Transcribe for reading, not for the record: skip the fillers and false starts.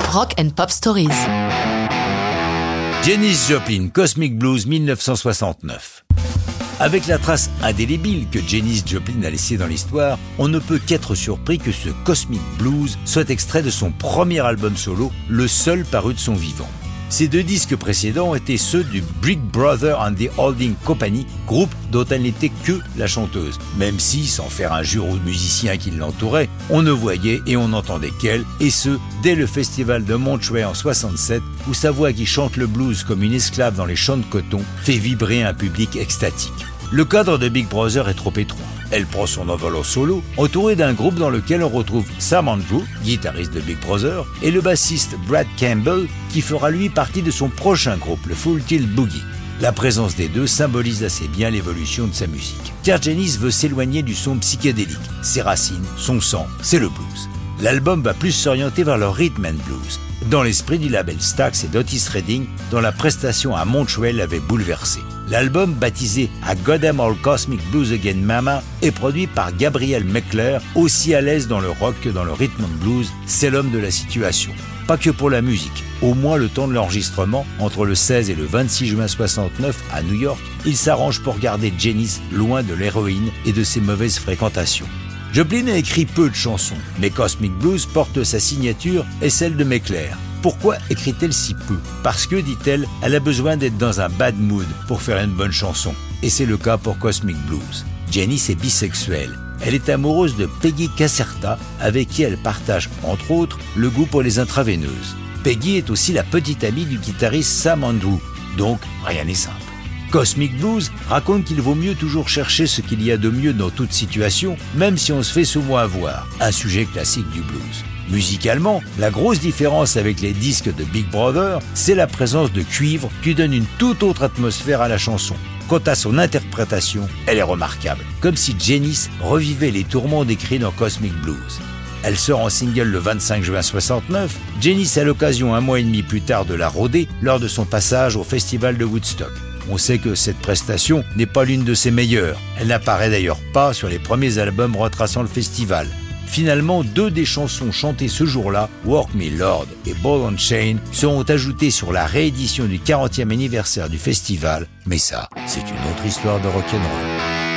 Rock and Pop Stories. Janis Joplin, Cosmic Blues 1969. Avec la trace indélébile que Janis Joplin a laissée dans l'histoire, on ne peut qu'être surpris que ce Cosmic Blues soit extrait de son premier album solo, le seul paru de son vivant. Ces deux disques précédents étaient ceux du Big Brother and the Holding Company, groupe dont elle n'était que la chanteuse, même si, sans faire injure aux musiciens qui l'entouraient, on ne voyait et on n'entendait qu'elle, et ce, dès le festival de Monterey en 67, où sa voix qui chante le blues comme une esclave dans les champs de coton fait vibrer un public extatique. Le cadre de Big Brother est trop étroit. Elle prend son envol au solo, entourée d'un groupe dans lequel on retrouve Sam Andrew, guitariste de Big Brother, et le bassiste Brad Campbell, qui fera lui partie de son prochain groupe, le Full Tilt Boogie. La présence des deux symbolise assez bien l'évolution de sa musique. Car Janis veut s'éloigner du son psychédélique. Ses racines, son sang, c'est le blues. L'album va plus s'orienter vers le rhythm and blues, dans l'esprit du label Stax et d'Otis Redding, dont la prestation à Montreal l'avait bouleversé. L'album, baptisé A Goddamn All Cosmic Blues Again Mama, est produit par Gabriel Meckler, aussi à l'aise dans le rock que dans le rhythm and blues, c'est l'homme de la situation. Pas que pour la musique, au moins le temps de l'enregistrement, entre le 16 et le 26 juin 69 à New York, il s'arrange pour garder Janis loin de l'héroïne et de ses mauvaises fréquentations. Joplin a écrit peu de chansons, mais Cosmic Blues porte sa signature et celle de Meckler. Pourquoi écrit-elle si peu ? Parce que, dit-elle, elle a besoin d'être dans un bad mood pour faire une bonne chanson. Et c'est le cas pour Cosmic Blues. Janis est bisexuelle. Elle est amoureuse de Peggy Caserta, avec qui elle partage, entre autres, le goût pour les intraveineuses. Peggy est aussi la petite amie du guitariste Sam Andrew, donc rien n'est simple. Cosmic Blues raconte qu'il vaut mieux toujours chercher ce qu'il y a de mieux dans toute situation, même si on se fait souvent avoir, un sujet classique du blues. Musicalement, la grosse différence avec les disques de Big Brother, c'est la présence de cuivre qui donne une toute autre atmosphère à la chanson. Quant à son interprétation, elle est remarquable, comme si Janis revivait les tourments décrits dans Cosmic Blues. Elle sort en single le 25 juin 69, Janis a l'occasion un mois et demi plus tard de la roder lors de son passage au festival de Woodstock. On sait que cette prestation n'est pas l'une de ses meilleures. Elle n'apparaît d'ailleurs pas sur les premiers albums retraçant le festival. Finalement, deux des chansons chantées ce jour-là, Work Me Lord et Ball and Chain, seront ajoutées sur la réédition du 40e anniversaire du festival. Mais ça, c'est une autre histoire de rock'n'roll.